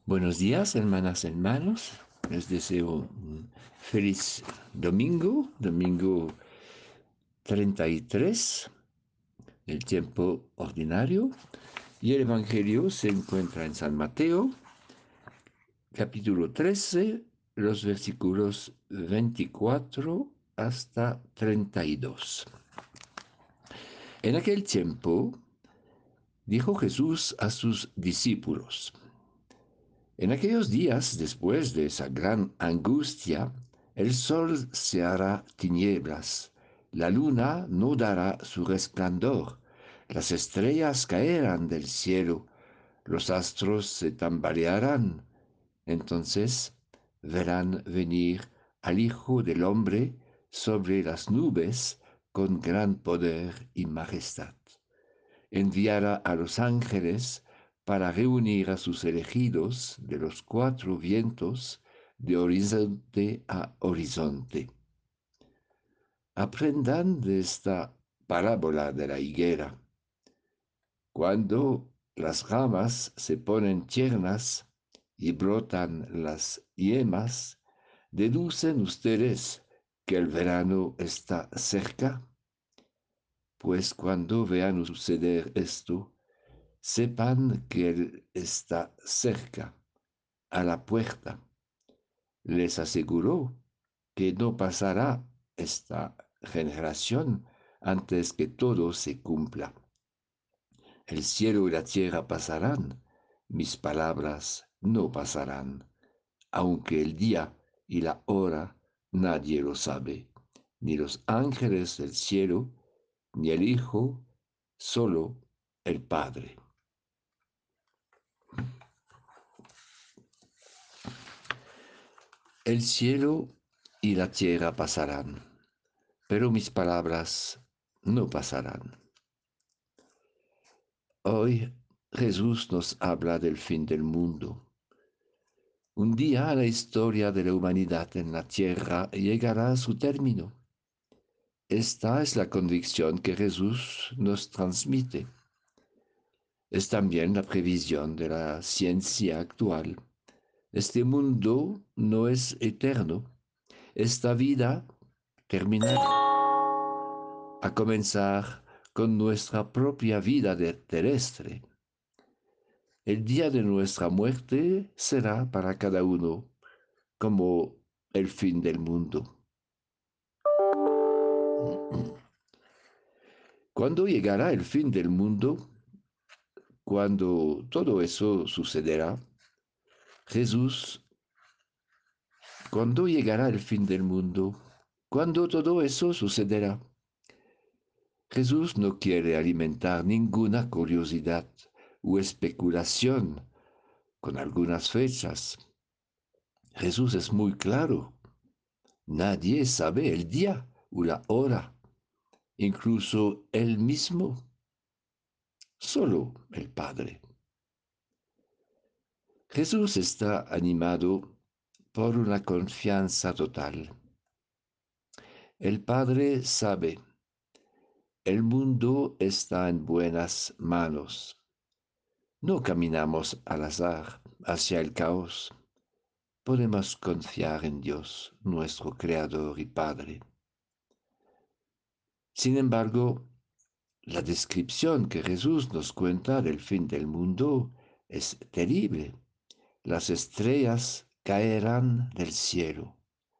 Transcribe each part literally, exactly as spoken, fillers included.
Buenos días, hermanas, hermanos. Les deseo un feliz domingo, domingo treinta y tres del tiempo ordinario. Y el Evangelio se encuentra en San Mateo, capítulo trece, los versículos veinticuatro hasta treinta y dos. En aquel tiempo dijo Jesús a sus discípulos: En aquellos días, después de esa gran angustia, el sol se hará tinieblas, la luna no dará su resplandor, las estrellas caerán del cielo, los astros se tambalearán. Entonces verán venir al Hijo del Hombre sobre las nubes con gran poder y majestad. Enviará a los ángeles para reunir a sus elegidos de los cuatro vientos, de horizonte a horizonte. Aprendan de esta parábola de la higuera. Cuando las ramas se ponen tiernas y brotan las yemas, deducen ustedes que el verano está cerca. Pues cuando vean suceder esto, sepan que Él está cerca, a la puerta. Les aseguró que no pasará esta generación antes que todo se cumpla. El cielo y la tierra pasarán, mis palabras no pasarán, aunque el día y la hora nadie lo sabe, ni los ángeles del cielo, ni el Hijo, solo el Padre. El cielo y la tierra pasarán, pero mis palabras no pasarán. Hoy Jesús nos habla del fin del mundo. Un día la historia de la humanidad en la tierra llegará a su término. Esta es la convicción que Jesús nos transmite. Es también la previsión de la ciencia actual. Este mundo no es eterno. Esta vida terminará, a comenzar con nuestra propia vida de terrestre. El día de nuestra muerte será para cada uno como el fin del mundo. ¿Cuándo llegará el fin del mundo? Cuando todo eso sucederá, Jesús, ¿cuándo llegará el fin del mundo? Cuando todo eso sucederá. Jesús no quiere alimentar ninguna curiosidad o especulación con algunas fechas. Jesús es muy claro. Nadie sabe el día o la hora, incluso él mismo, solo el Padre. Jesús está animado por una confianza total. El Padre sabe, el mundo está en buenas manos. No caminamos al azar hacia el caos. Podemos confiar en Dios, nuestro Creador y Padre. Sin embargo, la descripción que Jesús nos cuenta del fin del mundo es terrible. Las estrellas caerán del cielo.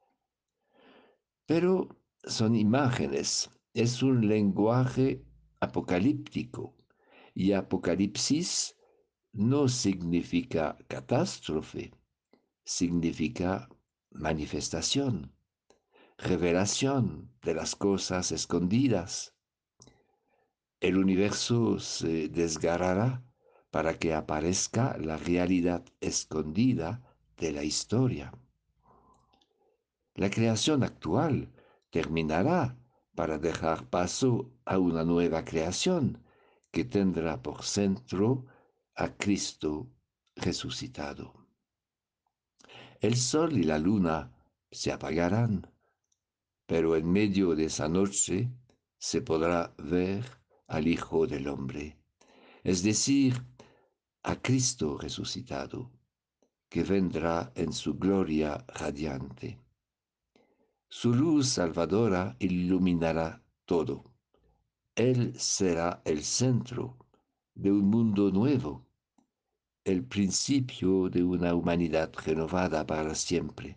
Pero son imágenes, es un lenguaje apocalíptico. Y apocalipsis no significa catástrofe, significa manifestación, revelación de las cosas escondidas. El universo se desgarrará para que aparezca la realidad escondida de la historia. La creación actual terminará para dejar paso a una nueva creación que tendrá por centro a Cristo resucitado. El sol y la luna se apagarán, pero en medio de esa noche se podrá ver al Hijo del Hombre, es decir, a Cristo resucitado. que vendrá en su gloria radiante. Su luz salvadora iluminará todo. Él será el centro de un mundo nuevo, el principio de una humanidad renovada para siempre.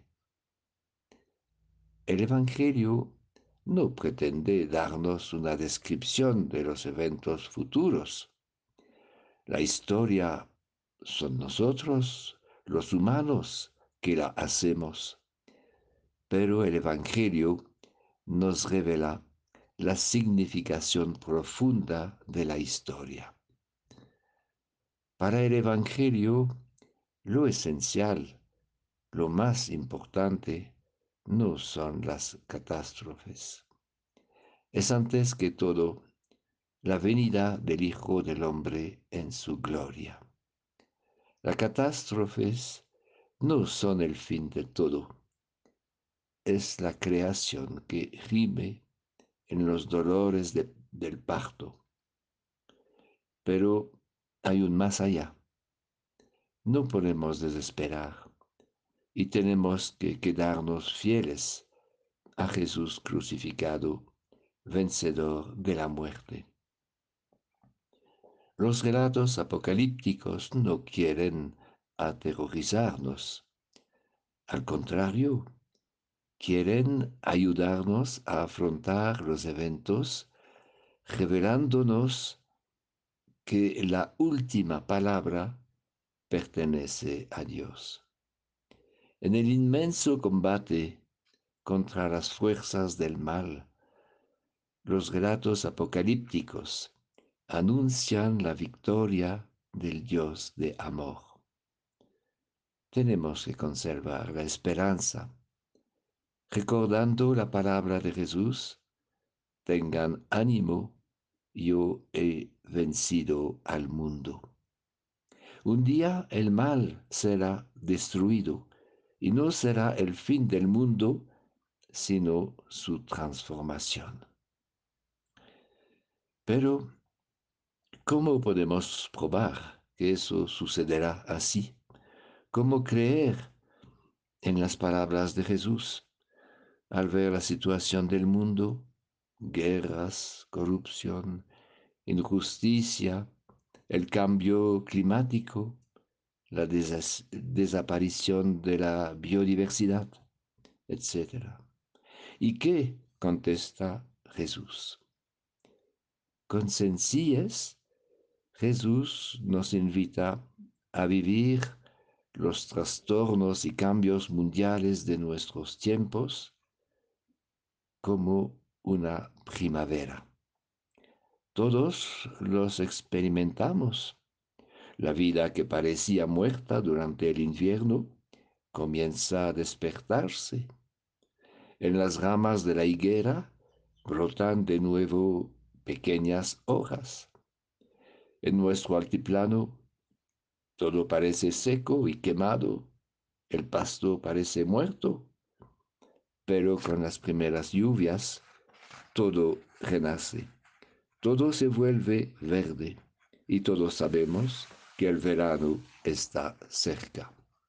El Evangelio no pretende darnos una descripción de los eventos futuros. La historia son nosotros, los humanos, que la hacemos, pero el Evangelio nos revela la significación profunda de la historia. Para el Evangelio, lo esencial, lo más importante, no son las catástrofes. Es antes que todo la venida del Hijo del Hombre en su gloria. Las catástrofes no son el fin de todo, es la creación que gime en los dolores de, del parto. Pero hay un más allá. No podemos desesperar y tenemos que quedarnos fieles a Jesús crucificado, vencedor de la muerte. Los relatos apocalípticos no quieren aterrorizarnos. Al contrario, quieren ayudarnos a afrontar los eventos, revelándonos que la última palabra pertenece a Dios. En el inmenso combate contra las fuerzas del mal, los relatos apocalípticos anuncian la victoria del Dios de amor. Tenemos que conservar la esperanza, recordando la palabra de Jesús: tengan ánimo, yo he vencido al mundo. Un día el mal será destruido y no será el fin del mundo, sino su transformación. Pero, ¿cómo podemos probar que eso sucederá así? ¿Cómo creer en las palabras de Jesús al ver la situación del mundo, guerras, corrupción, injusticia, el cambio climático, la des desaparición de la biodiversidad, etcétera? ¿Y qué contesta Jesús? Con sencillez, Jesús nos invita a vivir los trastornos y cambios mundiales de nuestros tiempos como una primavera. Todos los experimentamos. La vida que parecía muerta durante el invierno comienza a despertarse. En las ramas de la higuera brotan de nuevo pequeñas hojas. En nuestro altiplano todo parece seco y quemado. El pasto parece muerto, pero con las primeras lluvias todo renace. Todo se vuelve verde y todos sabemos que el verano está cerca.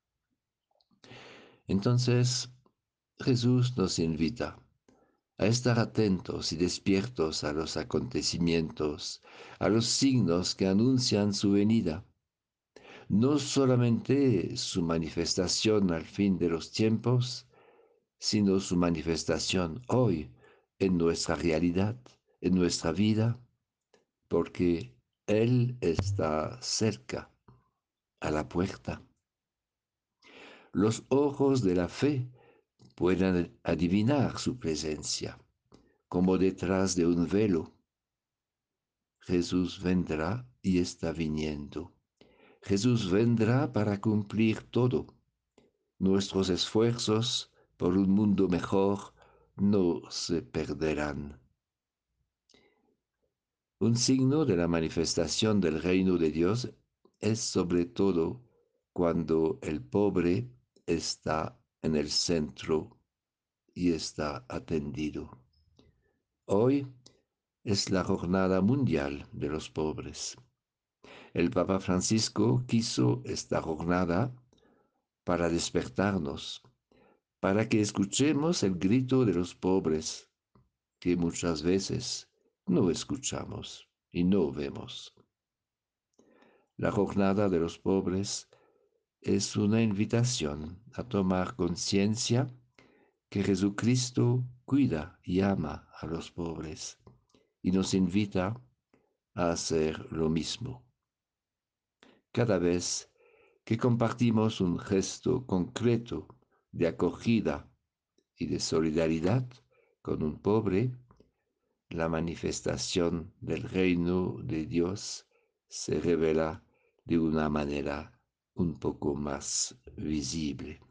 Entonces Jesús nos invita a estar atentos y despiertos a los acontecimientos, a los signos que anuncian su venida. No solamente su manifestación al fin de los tiempos, sino su manifestación hoy en nuestra realidad, en nuestra vida, porque Él está cerca, a la puerta. Los ojos de la fe pueden adivinar su presencia, como detrás de un velo. Jesús vendrá y está viniendo. Jesús vendrá para cumplir todo. Nuestros esfuerzos por un mundo mejor no se perderán. Un signo de la manifestación del reino de Dios es sobre todo cuando el pobre está en el centro y está atendido. Hoy es la Jornada Mundial de los Pobres. El Papa Francisco quiso esta jornada para despertarnos, para que escuchemos el grito de los pobres que muchas veces no escuchamos y no vemos. La jornada de los pobres es una invitación a tomar conciencia que Jesucristo cuida y ama a los pobres y nos invita a hacer lo mismo. Cada vez que compartimos un gesto concreto de acogida y de solidaridad con un pobre, la manifestación del reino de Dios se revela de una manera un poco más visible.